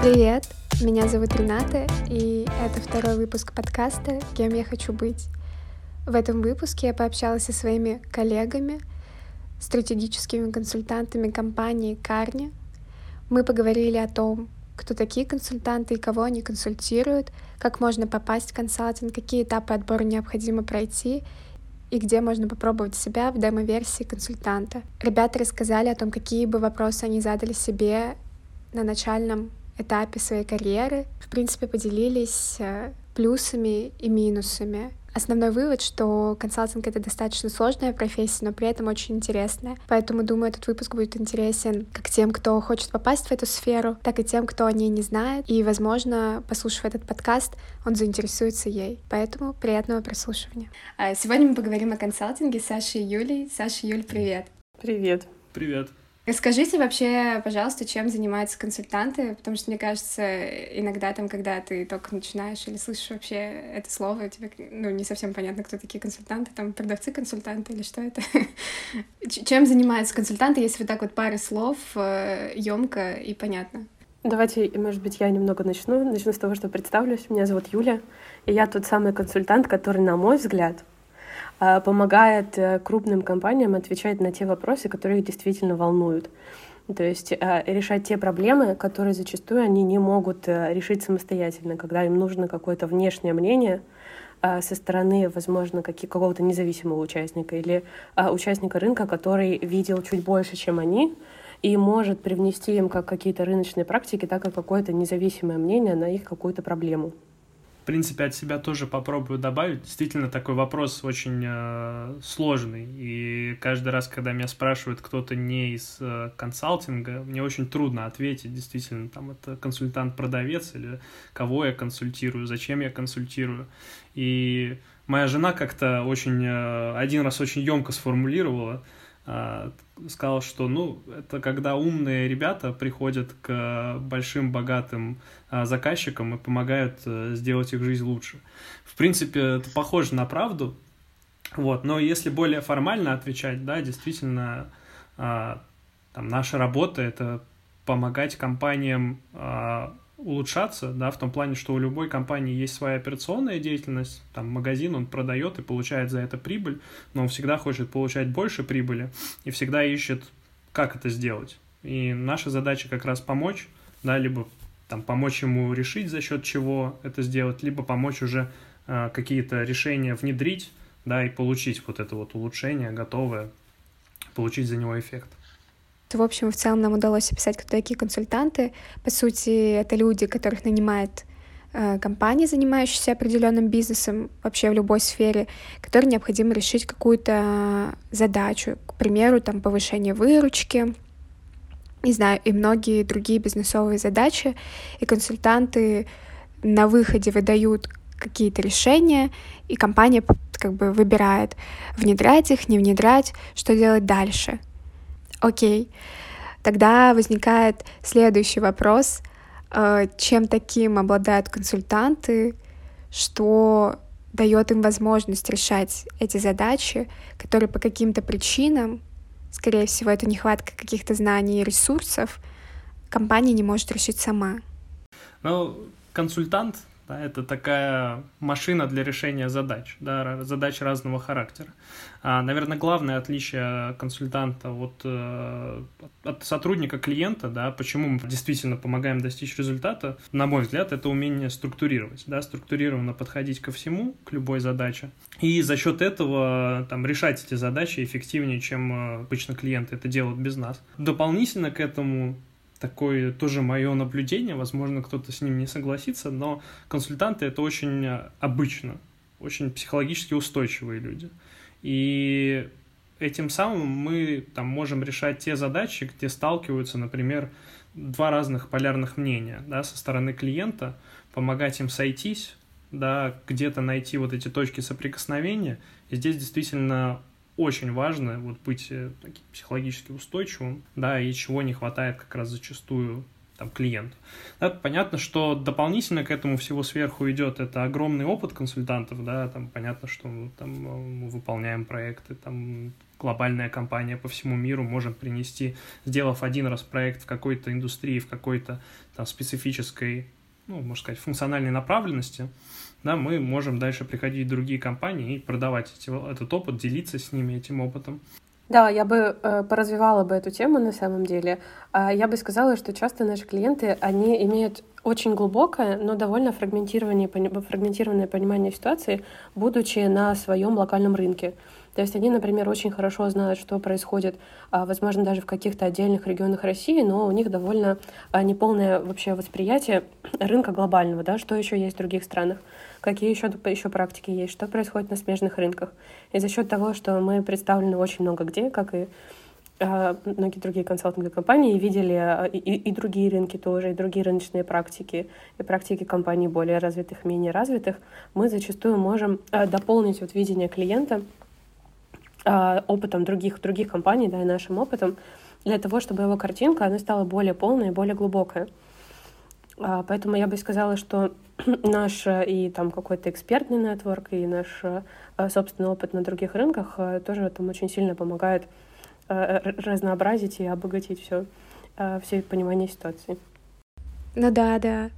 Привет, меня зовут Рената, и это второй выпуск подкаста «Кем я хочу быть». В этом выпуске я пообщалась со своими коллегами, стратегическими консультантами компании Kearney. Мы поговорили о том, кто такие консультанты и кого они консультируют, как можно попасть в консалтинг, какие этапы отбора необходимо пройти и где можно попробовать себя в демо-версии консультанта. Ребята рассказали о том, какие бы вопросы они задали себе на начальном этапе своей карьеры. В принципе, поделились плюсами и минусами. Основной вывод, что консалтинг — это достаточно сложная профессия, но при этом очень интересная. Поэтому, думаю, этот выпуск будет интересен как тем, кто хочет попасть в эту сферу, так и тем, кто о ней не знает. И, возможно, послушав этот подкаст, он заинтересуется ей. Поэтому приятного прослушивания. Сегодня мы поговорим о консалтинге с Сашей и Юлей. Саша, Юль, привет. Привет. Привет. Расскажите вообще, пожалуйста, чем занимаются консультанты, потому что, мне кажется, иногда там, когда ты только начинаешь или слышишь вообще это слово, тебе, не совсем понятно, кто такие консультанты, там, продавцы-консультанты или что это. Чем занимаются консультанты, если вот так вот пару слов, ёмко и понятно? Давайте, может быть, я немного начну. Начну с того, что представлюсь. Меня зовут Юля, и я тот самый консультант, который, на мой взгляд, помогает крупным компаниям отвечать на те вопросы, которые их действительно волнуют. То есть решать те проблемы, которые зачастую они не могут решить самостоятельно, когда им нужно какое-то внешнее мнение со стороны, возможно, какого-то независимого участника или участника рынка, который видел чуть больше, чем они, и может привнести им как какие-то рыночные практики, так и какое-то независимое мнение на их какую-то проблему. В принципе, от себя тоже попробую добавить. Действительно, такой вопрос очень сложный. И каждый раз, когда меня спрашивают кто-то не из консалтинга, мне очень трудно ответить, действительно, там это консультант-продавец или кого я консультирую, зачем я консультирую. И моя жена как-то один раз очень емко сформулировала, сказал, что это когда умные ребята приходят к большим богатым заказчикам и помогают сделать их жизнь лучше. В принципе, это похоже на правду, но если более формально отвечать, да, действительно, наша работа — это помогать компаниям улучшаться, да, в том плане, что у любой компании есть своя операционная деятельность, там магазин, он продает и получает за это прибыль, но он всегда хочет получать больше прибыли и всегда ищет, как это сделать. И наша задача как раз помочь, да, либо помочь ему решить, за счет чего это сделать, либо помочь уже какие-то решения внедрить, да, и получить вот это вот улучшение готовое, получить за него эффект. В общем, в целом нам удалось описать, кто такие консультанты. По сути, это люди, которых нанимает компания, занимающаяся определенным бизнесом, вообще в любой сфере, которой необходимо решить какую-то задачу, к примеру, повышение выручки, не знаю, и многие другие бизнесовые задачи. И консультанты на выходе выдают какие-то решения, и компания выбирает, внедрять их, не внедрять, что делать дальше. Окей, тогда возникает следующий вопрос. Чем таким обладают консультанты, что дает им возможность решать эти задачи, которые по каким-то причинам, скорее всего, это нехватка каких-то знаний и ресурсов, компания не может решить сама? Консультант, да, это такая машина для решения задач, да, задач разного характера. Наверное, главное отличие консультанта от сотрудника клиента, да, почему мы действительно помогаем достичь результата, на мой взгляд, это умение структурировать, да, структурированно подходить ко всему, к любой задаче, и за счет этого решать эти задачи эффективнее, чем обычно клиенты это делают без нас. Дополнительно к этому такое тоже мое наблюдение, возможно, кто-то с ним не согласится, но консультанты — это очень обычно, очень психологически устойчивые люди. И этим самым мы можем решать те задачи, где сталкиваются, например, два разных полярных мнения, да, со стороны клиента, помогать им сойтись, да, где-то найти вот эти точки соприкосновения. И здесь действительно очень важно быть таким психологически устойчивым, да, и чего не хватает как раз зачастую там, клиенту. Да, понятно, что дополнительно к этому всего сверху идет это огромный опыт консультантов, да, там понятно, что там, мы выполняем проекты, там глобальная компания по всему миру может принести, сделав один раз проект в какой-то индустрии, в какой-то там специфической, ну, можно сказать, функциональной направленности, да, мы можем дальше приходить в другие компании и продавать этот опыт, делиться с ними этим опытом. Да, я бы поразвивала бы эту тему на самом деле. Я бы сказала, что часто наши клиенты, они имеют очень глубокое, но довольно фрагментированное понимание ситуации, будучи на своем локальном рынке. То есть они, например, очень хорошо знают, что происходит, возможно, даже в каких-то отдельных регионах России, но у них довольно неполное вообще восприятие рынка глобального, да, что еще есть в других странах, какие еще практики есть, что происходит на смежных рынках. И за счет того, что мы представлены очень много где, как и многие другие консалтинговые компании, видели и другие рынки тоже, и другие рыночные практики, и практики компаний более развитых, менее развитых, мы зачастую можем дополнить вот видение клиента опытом других компаний, да, и нашим опытом, для того, чтобы его картинка, она стала более полная и более глубокая. Поэтому я бы сказала, что наш и там какой-то экспертный нетворк, и наш собственный опыт на других рынках тоже там очень сильно помогает разнообразить и обогатить все понимание ситуации. Ну да.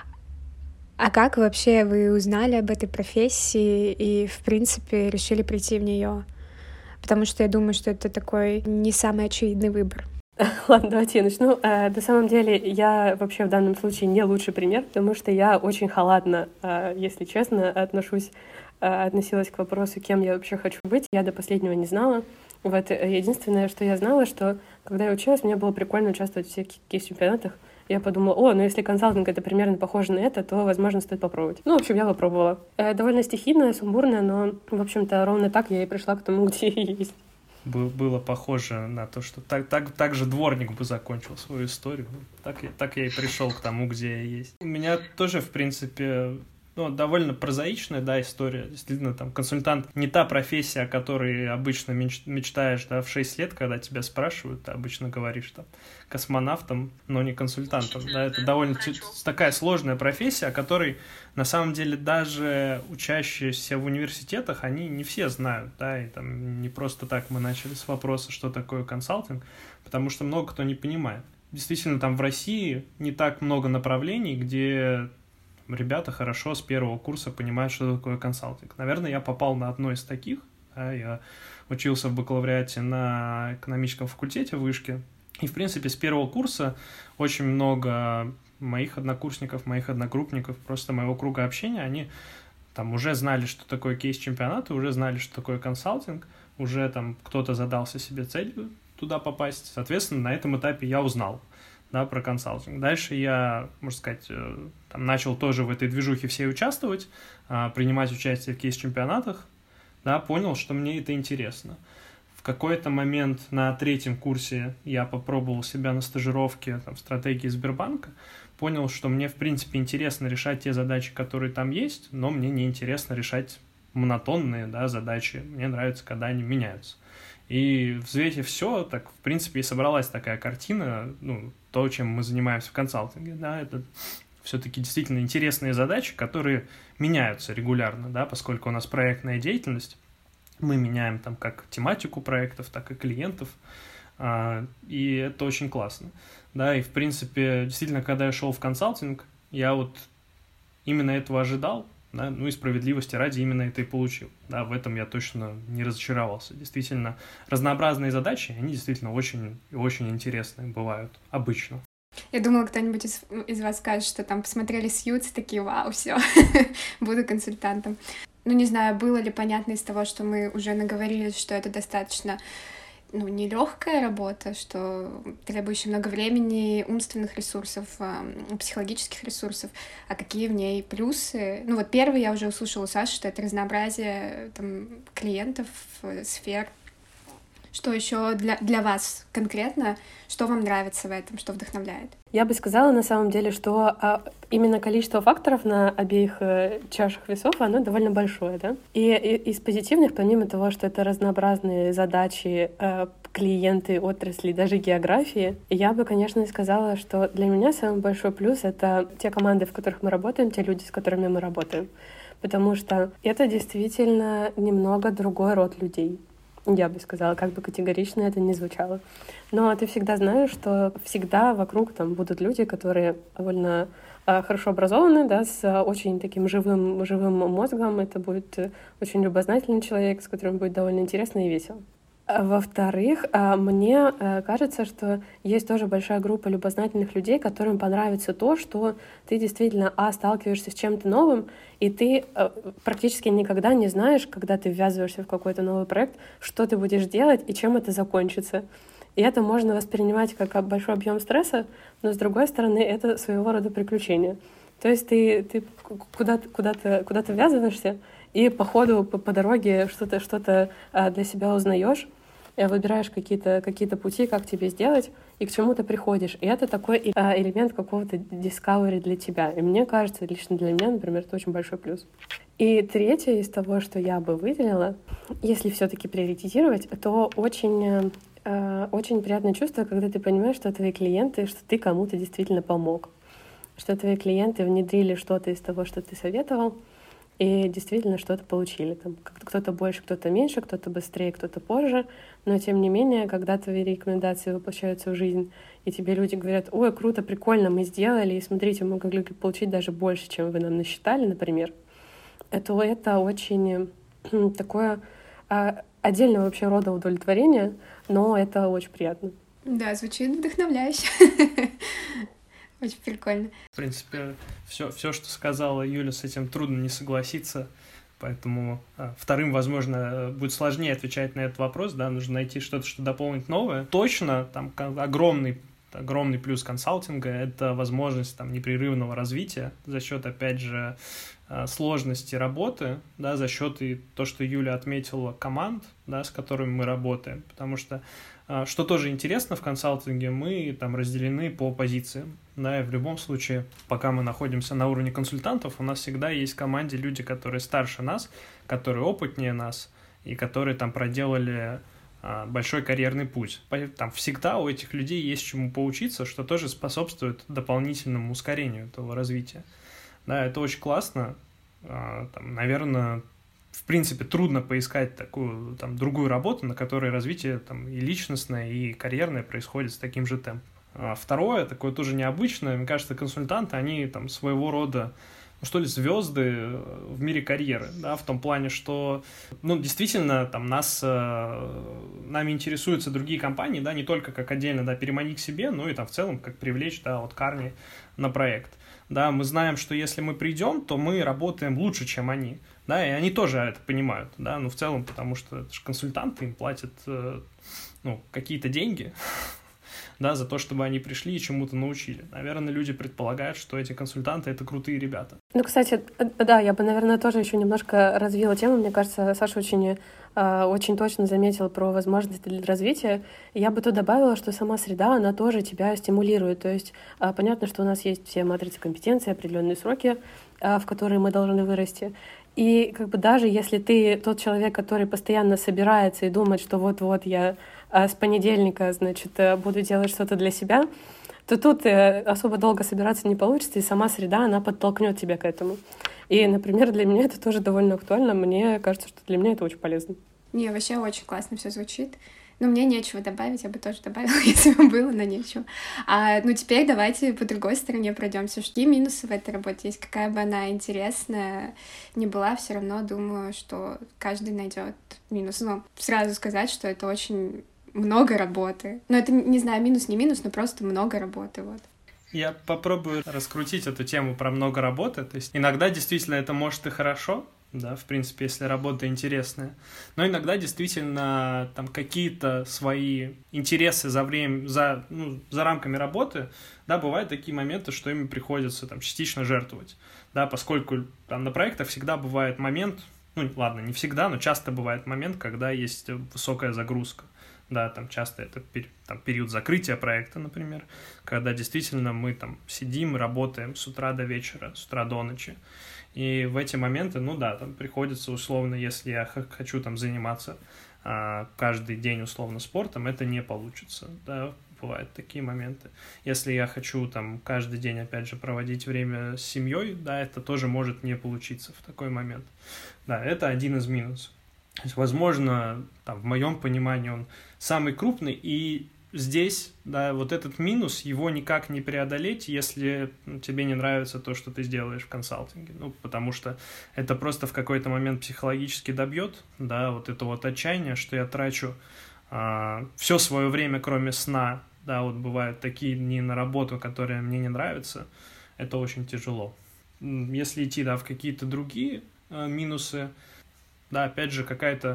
А как вообще вы узнали об этой профессии и, в принципе, решили прийти в нее? Потому что я думаю, что это такой не самый очевидный выбор. Ладно, давайте я начну. На самом деле, я вообще в данном случае не лучший пример, потому что я очень халатно, если честно, относилась к вопросу, кем я вообще хочу быть. Я до последнего не знала. Вот единственное, что я знала, что когда я училась, мне было прикольно участвовать в всяких кейс-чемпионатах. Я подумала, ну если консалтинг это примерно похоже на это, то, возможно, стоит попробовать. Ну, в общем, я попробовала. Довольно стихийная, сумбурная, но, в общем-то, ровно так я и пришла к тому, где я есть. Было похоже на то, что так же дворник бы закончил свою историю. Так я и пришел к тому, где я есть. У меня тоже, в принципе, довольно прозаичная, да, история. Действительно, там, консультант не та профессия, о которой обычно мечтаешь, да, в 6 лет, когда тебя спрашивают, ты обычно говоришь, там, космонавтом, но не консультантом, да, это довольно такая сложная профессия, о которой, на самом деле, даже учащиеся в университетах, они не все знают, да, и там не просто так мы начали с вопроса, что такое консалтинг, потому что много кто не понимает. Действительно, там в России не так много направлений, где ребята хорошо с первого курса понимают, что такое консалтинг. Наверное, я попал на одно из таких. Да, я учился в бакалавриате на экономическом факультете в Вышке. И, в принципе, с первого курса очень много моих однокурсников, моих одногруппников, просто моего круга общения, они там уже знали, что такое кейс-чемпионаты, уже знали, что такое консалтинг, уже там кто-то задался себе целью туда попасть. Соответственно, на этом этапе я узнал, да, про консалтинг. Дальше я, можно сказать, там, начал тоже в этой движухе всей участвовать, принимать участие в кейс-чемпионатах, да, понял, что мне это интересно. В какой-то момент на 3-м курсе я попробовал себя на стажировке там, в стратегии Сбербанка, понял, что мне, в принципе, интересно решать те задачи, которые там есть, но мне не интересно решать монотонные, да, задачи. Мне нравится, когда они меняются. И взвесив все, так, в принципе, и собралась такая картина, то, чем мы занимаемся в консалтинге, да, это все-таки действительно интересные задачи, которые меняются регулярно, да, поскольку у нас проектная деятельность, мы меняем там как тематику проектов, так и клиентов, и это очень классно, да, и, в принципе, действительно, когда я шел в консалтинг, я вот именно этого ожидал, да, и справедливости ради именно это и получил. Да, в этом я точно не разочаровался. Действительно, разнообразные задачи, они действительно очень и очень интересные бывают обычно. Я думала, кто-нибудь из вас скажет, что там посмотрели Сьюз, такие, вау, все, буду консультантом. Не знаю, было ли понятно из того, что мы уже наговорили, что это достаточно нелегкая работа, что требующая много времени, умственных ресурсов, психологических ресурсов, а какие в ней плюсы. Первый я уже услышала у Саши, что это разнообразие там, клиентов, сфер. Что еще для вас конкретно, что вам нравится в этом, что вдохновляет? Я бы сказала, на самом деле, что именно количество факторов на обеих чашах весов, оно довольно большое, да? И из позитивных, помимо того, что это разнообразные задачи, клиенты отрасли, даже географии, я бы, конечно, сказала, что для меня самый большой плюс — это те команды, в которых мы работаем, те люди, с которыми мы работаем. Потому что это действительно немного другой род людей. Я бы сказала, как бы категорично это ни звучало. Но ты всегда знаешь, что всегда вокруг там будут люди, которые довольно хорошо образованы, да, с очень таким живым мозгом. Это будет очень любознательный человек, с которым будет довольно интересно и весело. Во-вторых, мне кажется, что есть тоже большая группа любознательных людей, которым понравится то, что ты действительно, сталкиваешься с чем-то новым, и ты практически никогда не знаешь, когда ты ввязываешься в какой-то новый проект, что ты будешь делать и чем это закончится. И это можно воспринимать как большой объем стресса, но, с другой стороны, это своего рода приключение. То есть ты куда-то ввязываешься, и по ходу, по дороге что-то для себя узнаешь, выбираешь какие-то пути, как тебе сделать, и к чему ты приходишь. И это такой элемент какого-то discovery для тебя. И мне кажется, лично для меня, например, это очень большой плюс. И третье из того, что я бы выделила, если все-таки приоритизировать, то очень приятное чувство, когда ты понимаешь, что твои клиенты, что ты кому-то действительно помог, что твои клиенты внедрили что-то из того, что ты советовал, и действительно что-то получили. Там кто-то больше, кто-то меньше, кто-то быстрее, кто-то позже. Но тем не менее, когда твои рекомендации воплощаются в жизнь, и тебе люди говорят: ой, круто, прикольно, мы сделали, и смотрите, мы могли получить даже больше, чем вы нам насчитали, например, то это очень такое отдельного вообще рода удовлетворение, но это очень приятно. Да, звучит вдохновляюще. Очень прикольно. В принципе, все, что сказала Юля, с этим трудно не согласиться, поэтому вторым, возможно, будет сложнее отвечать на этот вопрос, да, нужно найти что-то, что дополнить новое. Точно, там огромный плюс консалтинга — это возможность там непрерывного развития за счет, опять же, сложности работы, да, за счет и то, что Юля отметила, команд, да, с которыми мы работаем, потому что что тоже интересно в консалтинге, мы там разделены по позициям, да, и в любом случае, пока мы находимся на уровне консультантов, у нас всегда есть в команде люди, которые старше нас, которые опытнее нас и которые там проделали большой карьерный путь. Там всегда у этих людей есть чему поучиться, что тоже способствует дополнительному ускорению этого развития. Да, это очень классно. Там, наверное, в принципе, трудно поискать такую, там, другую работу, на которой развитие там, и личностное, и карьерное происходит с таким же темпом. Второе, такое тоже необычное, мне кажется, консультанты, они там своего рода, звезды в мире карьеры, да, в том плане, что, действительно, там, нами интересуются другие компании, да, не только как отдельно, да, переманить к себе, но и там в целом как привлечь, да, от Карни на проект. Да, мы знаем, что если мы придем, то мы работаем лучше, чем они, да, и они тоже это понимают, да, в целом, потому что это же консультанты, им платят, какие-то деньги, да, за то, чтобы они пришли и чему-то научили. Наверное, люди предполагают, что эти консультанты — это крутые ребята. Кстати, да, я бы, наверное, тоже еще немножко развила тему. Мне кажется, Саша очень точно заметил про возможности для развития. Я бы тут добавила, что сама среда, она тоже тебя стимулирует. То есть понятно, что у нас есть все матрицы компетенций, определенные сроки, в которые мы должны вырасти. И даже если ты тот человек, который постоянно собирается и думает, что вот-вот я с понедельника, буду делать что-то для себя, то тут особо долго собираться не получится, и сама среда, она подтолкнет тебя к этому. И, например, для меня это тоже довольно актуально. Мне кажется, что для меня это очень полезно. Не, вообще очень классно все звучит. Мне нечего добавить, я бы тоже добавила, если бы было, но нечего. Теперь давайте по другой стороне пройдемся. Какие минусы в этой работе есть? Какая бы она интересная ни была, все равно думаю, что каждый найдет минус. Сразу сказать, что это очень много работы. Это, не знаю, минус, не минус, но просто много работы, вот. Я попробую раскрутить эту тему про много работы. То есть иногда действительно это может и хорошо, да, в принципе, если работа интересная. Но иногда действительно там какие-то свои интересы за рамками работы, да, бывают такие моменты, что ими приходится там частично жертвовать, да, поскольку там на проектах всегда бывает момент, не всегда, но часто бывает момент, когда есть высокая загрузка. Да, там часто это период закрытия проекта, например, когда действительно мы там сидим и работаем с утра до вечера, с утра до ночи. И в эти моменты, там приходится условно, если я хочу там заниматься каждый день условно спортом, это не получится, да, бывают такие моменты. Если я хочу там каждый день, опять же, проводить время с семьей, да, это тоже может не получиться в такой момент. Да, это один из минусов. То есть, возможно, там, в моем понимании он самый крупный, и здесь, да, вот этот минус, его никак не преодолеть, если тебе не нравится то, что ты сделаешь в консалтинге. Ну, потому что это просто в какой-то момент психологически добьет, да, вот это вот отчаяние, что я трачу все свое время, кроме сна, да, вот бывают такие дни на работу, которые мне не нравятся, это очень тяжело. Если идти, да, в какие-то другие минусы, да, опять же, какая-то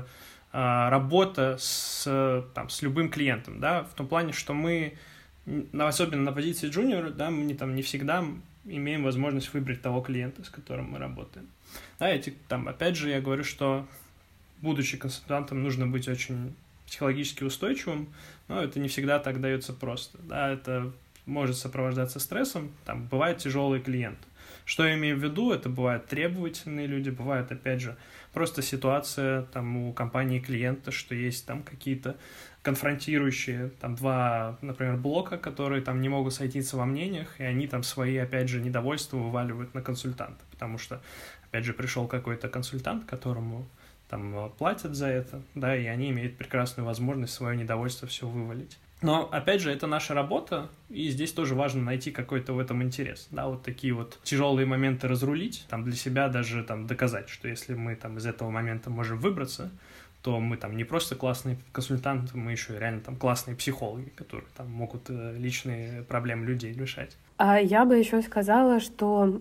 работа с любым клиентом, да, в том плане, что мы, особенно на позиции джуниора, да, мы не всегда имеем возможность выбрать того клиента, с которым мы работаем. Да, опять же, я говорю, что, будучи консультантом, нужно быть очень психологически устойчивым, но это не всегда так дается просто, да, это может сопровождаться стрессом, там бывают тяжелые клиенты. Что я имею в виду? Это бывают требовательные люди, бывает, опять же, просто ситуация там у компании клиента, что есть там какие-то конфронтирующие там два, например, блока, которые там не могут сойтиться во мнениях, и они там свои, опять же, недовольства вываливают на консультанта, потому что, опять же, пришел какой-то консультант, которому там платят за это, да, и они имеют прекрасную возможность свое недовольство все вывалить. Но, опять же, это наша работа, и здесь тоже важно найти какой-то в этом интерес, да, вот такие вот тяжелые моменты разрулить, там, для себя даже там доказать, что если мы там из этого момента можем выбраться, то мы там не просто классные консультанты, мы еще и реально там классные психологи, которые там могут личные проблемы людей решать. А я бы еще сказала, что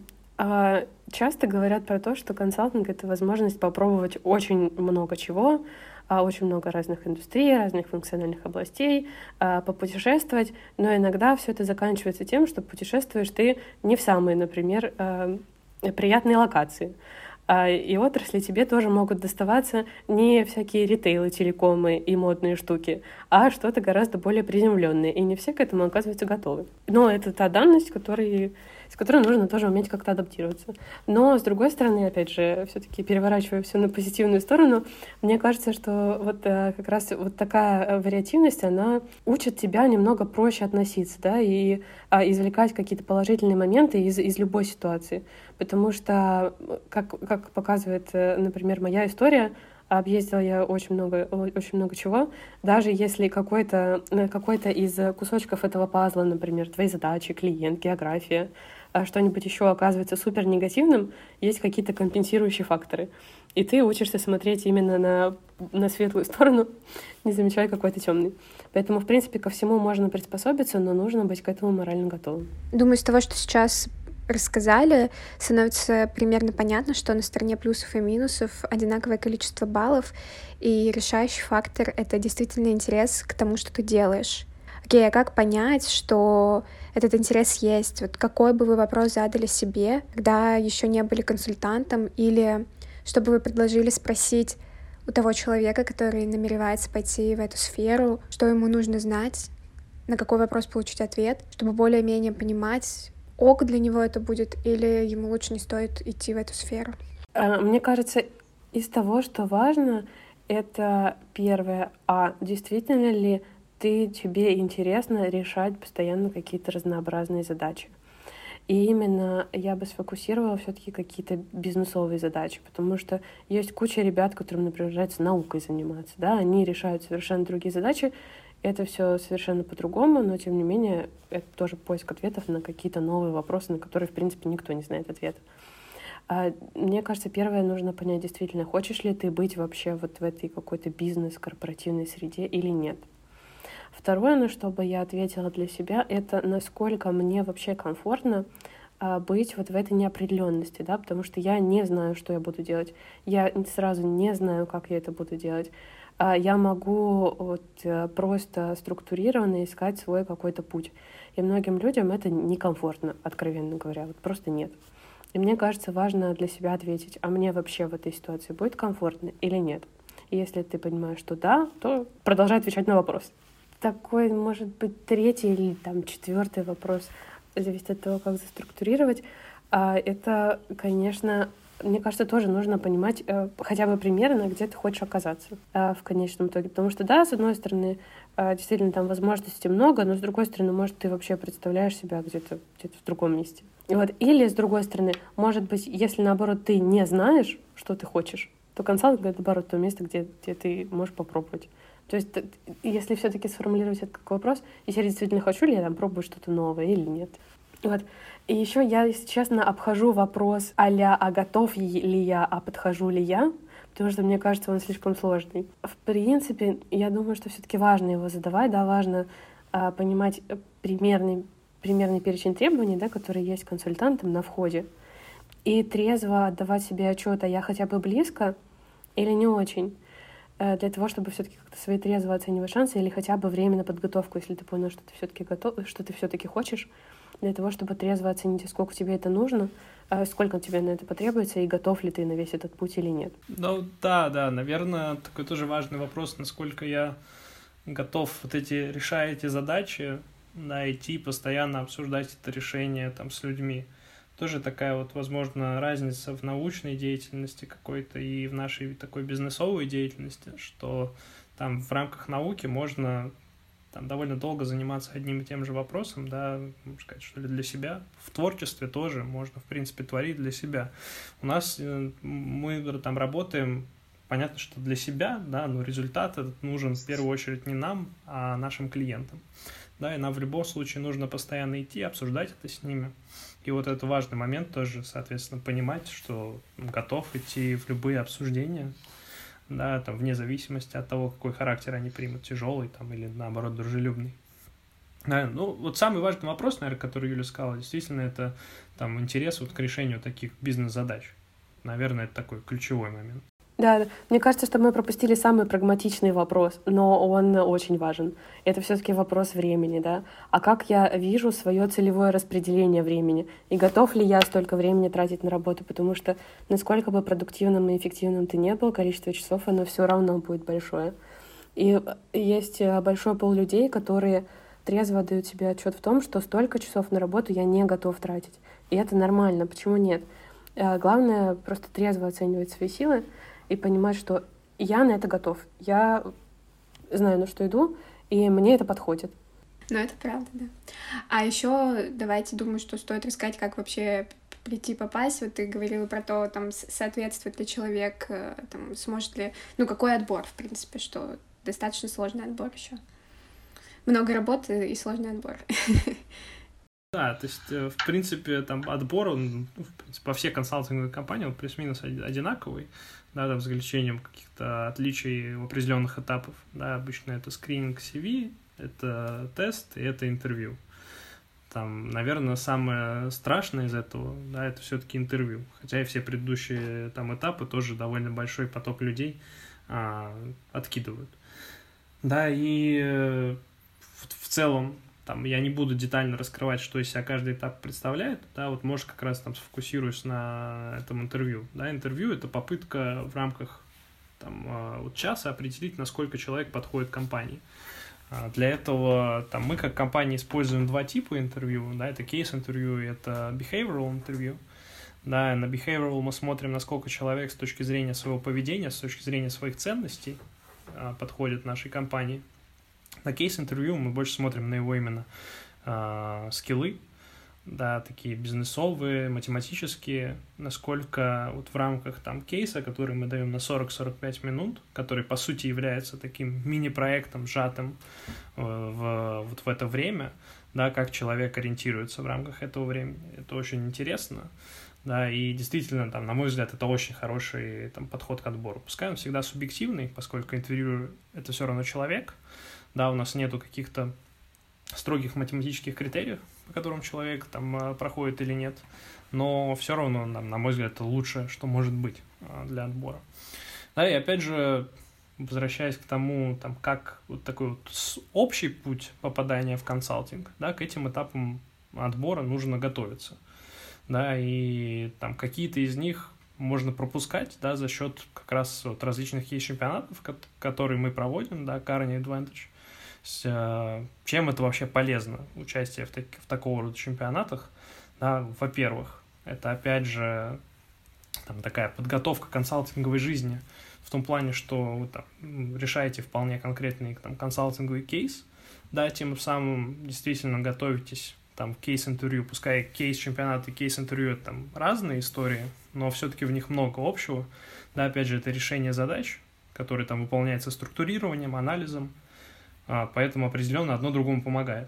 часто говорят про то, что консалтинг — это возможность попробовать очень много чего, очень много разных индустрий, разных функциональных областей, попутешествовать, но иногда все это заканчивается тем, что путешествуешь ты не в самые, например, приятные локации. И отрасли тебе тоже могут доставаться не всякие ритейлы, телекомы и модные штуки, а что-то гораздо более приземленное, и не все к этому оказываются готовы. Но это та данность, с которой нужно тоже уметь как-то адаптироваться. Но, с другой стороны, опять же, все-таки переворачивая все на позитивную сторону, мне кажется, что вот как раз вот такая вариативность, она учит тебя немного проще относиться, да, и извлекать какие-то положительные моменты из любой ситуации. Потому что, как показывает, например, моя история, объездила я очень много чего. Даже если какой-то из кусочков этого пазла, например, твои задачи, клиент, география, что-нибудь еще оказывается супер негативным, есть какие-то компенсирующие факторы. И ты учишься смотреть именно на светлую сторону, не замечая какой-то темный. Поэтому, в принципе, ко всему можно приспособиться, но нужно быть к этому морально готовым. Думаю, из того, что сейчас рассказали, становится примерно понятно, что на стороне плюсов и минусов одинаковое количество баллов, и решающий фактор — это действительно интерес к тому, что ты делаешь. Окей, а как понять, что этот интерес есть? Вот какой бы вы вопрос задали себе, когда еще не были консультантом, или что бы вы предложили спросить у того человека, который намеревается пойти в эту сферу, что ему нужно знать, на какой вопрос получить ответ, чтобы более-менее понимать, ок для него это будет, или ему лучше не стоит идти в эту сферу? Мне кажется, из того, что важно, это первое, действительно ли тебе интересно решать постоянно какие-то разнообразные задачи. И именно я бы сфокусировала все-таки какие-то бизнесовые задачи, потому что есть куча ребят, которым, например, нравится наукой заниматься, да, они решают совершенно другие задачи, это все совершенно по-другому, но, тем не менее, это тоже поиск ответов на какие-то новые вопросы, на которые, в принципе, никто не знает ответа. Мне кажется, первое, нужно понять, действительно, хочешь ли ты быть вообще вот в этой какой-то бизнес-корпоративной среде или нет. Второе, на что бы я ответила для себя, это насколько мне вообще комфортно быть вот в этой неопределенности, да, потому что я не знаю, что я буду делать. Я сразу не знаю, как я это буду делать. Я могу вот просто структурированно искать свой какой-то путь. И многим людям это некомфортно, откровенно говоря, вот просто нет. И мне кажется, важно для себя ответить, а мне вообще в этой ситуации будет комфортно или нет. И если ты понимаешь, что да, то продолжай отвечать на вопрос. Такой, может быть, третий или там четвертый вопрос, зависит от того, как заструктурировать. Это, конечно, мне кажется, тоже нужно понимать хотя бы примерно, где ты хочешь оказаться в конечном итоге. Потому что, да, с одной стороны, действительно, там возможностей много, но с другой стороны, может, ты вообще представляешь себя где-то в другом месте. Вот. Или, с другой стороны, может быть, если, наоборот, ты не знаешь, что ты хочешь, то консалтинг — это, наоборот, то место, где ты можешь попробовать. То есть, если все-таки сформулировать этот вопрос, если я действительно хочу ли я там пробовать что-то новое или нет. Вот. И еще я, если честно, обхожу вопрос а-ля «а готов ли я, а подхожу ли я?», потому что мне кажется, он слишком сложный. В принципе, я думаю, что все-таки важно его задавать, да, важно понимать примерный перечень требований, да, которые есть консультантам на входе, и трезво отдавать себе отчет, а я хотя бы близко или не очень, для того, чтобы все-таки как-то свои трезво оценивать шансы или хотя бы время на подготовку, если ты понял, что ты все-таки готов, что ты все-таки хочешь, для того, чтобы трезво оценить, сколько тебе это нужно, сколько тебе на это потребуется, и готов ли ты на весь этот путь или нет. Ну да, наверное, такой тоже важный вопрос, насколько я готов решать эти задачи, да, идти постоянно обсуждать это решение там с людьми. Тоже такая вот, возможно, разница в научной деятельности какой-то и в нашей такой бизнесовой деятельности, что там в рамках науки можно там довольно долго заниматься одним и тем же вопросом, да, можно сказать, что ли, для себя. В творчестве тоже можно, в принципе, творить для себя. У нас мы там работаем, понятно, что для себя, да, но результат этот нужен в первую очередь не нам, а нашим клиентам. Да, и нам в любом случае нужно постоянно идти, обсуждать это с ними. И вот это важный момент тоже, соответственно, понимать, что готов идти в любые обсуждения, да, там, вне зависимости от того, какой характер они примут, тяжелый там, или, наоборот, дружелюбный. Да, ну, вот самый важный вопрос, наверное, который Юля сказала, действительно, это там, интерес вот к решению таких бизнес-задач. Наверное, это такой ключевой момент. Да, мне кажется, что мы пропустили самый прагматичный вопрос, но он очень важен. Это все-таки вопрос времени, да. А как я вижу свое целевое распределение времени? И готов ли я столько времени тратить на работу? Потому что насколько бы продуктивным и эффективным ты не был, количество часов, оно все равно будет большое. И есть большой пол людей, которые трезво дают себе отчет в том, что столько часов на работу я не готов тратить. И это нормально. Почему нет? Главное просто трезво оценивать свои силы и понимать, что я на это готов. Я знаю, на что иду, и мне это подходит. Ну, это правда, да. А еще давайте думаю, что стоит рассказать, как вообще прийти попасть. Вот ты говорила про то, там, соответствует ли человек, там, сможет ли... Ну, какой отбор, в принципе, что достаточно сложный отбор еще. Много работы и сложный отбор. Да, то есть, в принципе, там отбор, он, в принципе, по всей консалтинговой компании, он плюс-минус одинаковый, да, там, с исключением каких-то отличий в определенных этапах, да, обычно это скрининг CV, это тест и это интервью. Там, наверное, самое страшное из этого, да, это все-таки интервью, хотя и все предыдущие там этапы тоже довольно большой поток людей откидывают. Да, и в целом, там, я не буду детально раскрывать, что из себя каждый этап представляет, да, вот, может, как раз там сфокусируюсь на этом интервью, да, интервью — это попытка в рамках, там, вот часа определить, насколько человек подходит компании. Для этого, там, мы как компания используем два типа интервью, да, это кейс-интервью и это behavioral интервью, да, на behavioral мы смотрим, насколько человек с точки зрения своего поведения, с точки зрения своих ценностей подходит нашей компании. На кейс-интервью мы больше смотрим на его именно скиллы, да, такие бизнесовые, математические, насколько вот в рамках там кейса, который мы даем на 40-45 минут, который по сути является таким мини-проектом, сжатым вот в это время, да, как человек ориентируется в рамках этого времени. Это очень интересно, да, и действительно, там, на мой взгляд, это очень хороший там, подход к отбору. Пускай он всегда субъективный, поскольку интервью — это все равно человек. Да, у нас нету каких-то строгих математических критериев, по которым человек там проходит или нет, но все равно, на мой взгляд, это лучшее, что может быть для отбора. Да, и опять же, возвращаясь к тому, там, как вот такой вот общий путь попадания в консалтинг, да, к этим этапам отбора нужно готовиться. Да, и там какие-то из них можно пропускать, да, за счет как раз вот различных чемпионатов, которые мы проводим, да, Carney Advantage. Чем это вообще полезно, участие в такого рода чемпионатах? Да, во-первых, это, опять же, там такая подготовка консалтинговой жизни в том плане, что вы там решаете вполне конкретный там консалтинговый кейс, да, тем самым действительно готовитесь там к кейс-интервью, пускай кейс-чемпионат и кейс-интервью — это там разные истории, но все-таки в них много общего, да, опять же, это решение задач, которые там выполняются структурированием, анализом, поэтому определенно одно другому помогает.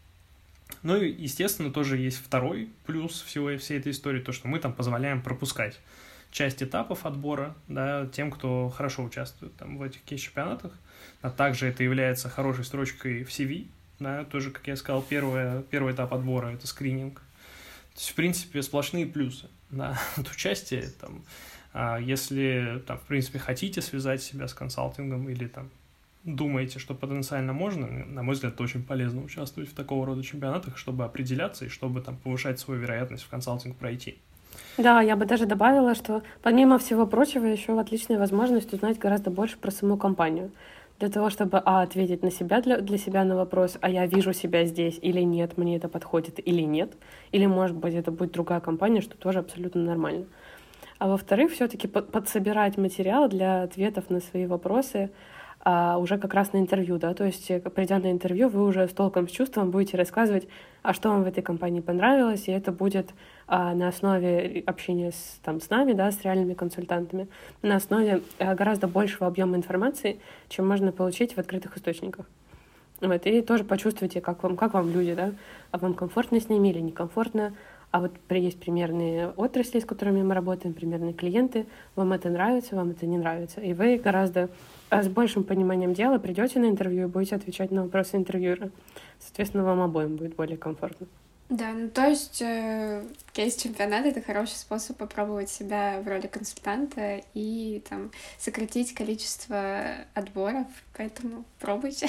Ну и, естественно, тоже есть второй плюс всей этой истории, то, что мы там позволяем пропускать часть этапов отбора, да, тем, кто хорошо участвует там в этих кейс-чемпионатах, а также это является хорошей строчкой в CV, да, тоже, как я сказал, первый этап отбора — это скрининг. То есть, в принципе, сплошные плюсы, да, от участия. Там, если, там, в принципе, хотите связать себя с консалтингом или там думаете, что потенциально можно, на мой взгляд, это очень полезно участвовать в такого рода чемпионатах, чтобы определяться и чтобы там повышать свою вероятность в консалтинг пройти. Да, я бы даже добавила, что помимо всего прочего еще отличная возможность узнать гораздо больше про саму компанию. Для того, чтобы ответить на себя для себя на вопрос, а я вижу себя здесь или нет, мне это подходит или нет, или, может быть, это будет другая компания, что тоже абсолютно нормально. А во-вторых, все-таки подсобирать материал для ответов на свои вопросы уже как раз на интервью, да, то есть, придя на интервью, вы уже с толком, с чувством будете рассказывать, а что вам в этой компании понравилось, и это будет на основе общения с нами, да, с реальными консультантами, на основе гораздо большего объема информации, чем можно получить в открытых источниках. Вот, и тоже почувствуйте, как вам люди, да, а вам комфортно с ними или некомфортно, а вот есть примерные отрасли, с которыми мы работаем, примерные клиенты, вам это нравится, вам это не нравится, и вы гораздо с большим пониманием дела придете на интервью и будете отвечать на вопросы интервьюера. Соответственно, вам обоим будет более комфортно. Да, ну то есть кейс-чемпионат — это хороший способ попробовать себя в роли консультанта и там сократить количество отборов, поэтому пробуйте.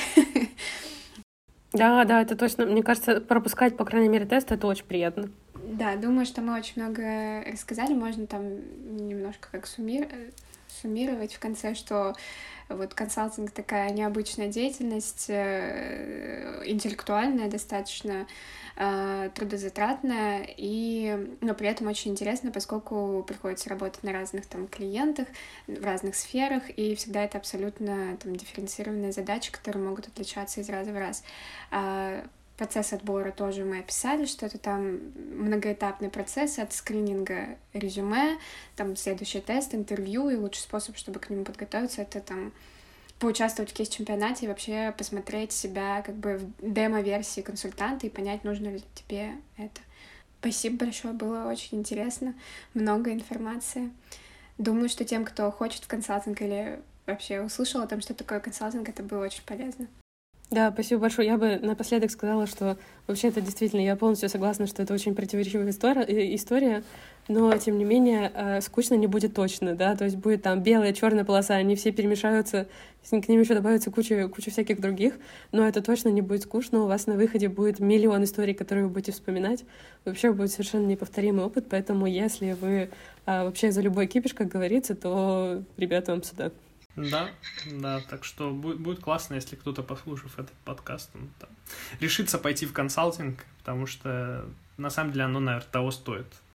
Да, это точно. Мне кажется, пропускать, по крайней мере, тест — это очень приятно. Да, думаю, что мы очень много рассказали, можно там немножко как суммировать в конце, что вот консалтинг — такая необычная деятельность, интеллектуальная, достаточно трудозатратная, но при этом очень интересно, поскольку приходится работать на разных там клиентах, в разных сферах, и всегда это абсолютно там дифференцированные задачи, которые могут отличаться из раза в раз. Процесс отбора тоже мы описали, что это там многоэтапный процесс от скрининга резюме, там следующий тест, интервью, и лучший способ, чтобы к нему подготовиться, это там поучаствовать в кейс-чемпионате и вообще посмотреть себя как бы в демо-версии консультанта и понять, нужно ли тебе это. Спасибо большое, было очень интересно, много информации. Думаю, что тем, кто хочет в консалтинг или вообще услышал о том, что такое консалтинг, это было очень полезно. Да, спасибо большое. Я бы напоследок сказала, что вообще это действительно, я полностью согласна, что это очень противоречивая история, но, тем не менее, скучно не будет точно, да, то есть будет там белая, черная полоса, они все перемешаются, к ним еще добавится куча всяких других, но это точно не будет скучно, у вас на выходе будет миллион историй, которые вы будете вспоминать, вообще будет совершенно неповторимый опыт, поэтому если вы вообще за любой кипиш, как говорится, то, ребята, вам сюда. Да, так что будет классно, если кто-то, послушав этот подкаст, решится пойти в консалтинг, потому что, на самом деле, оно, наверное, того стоит.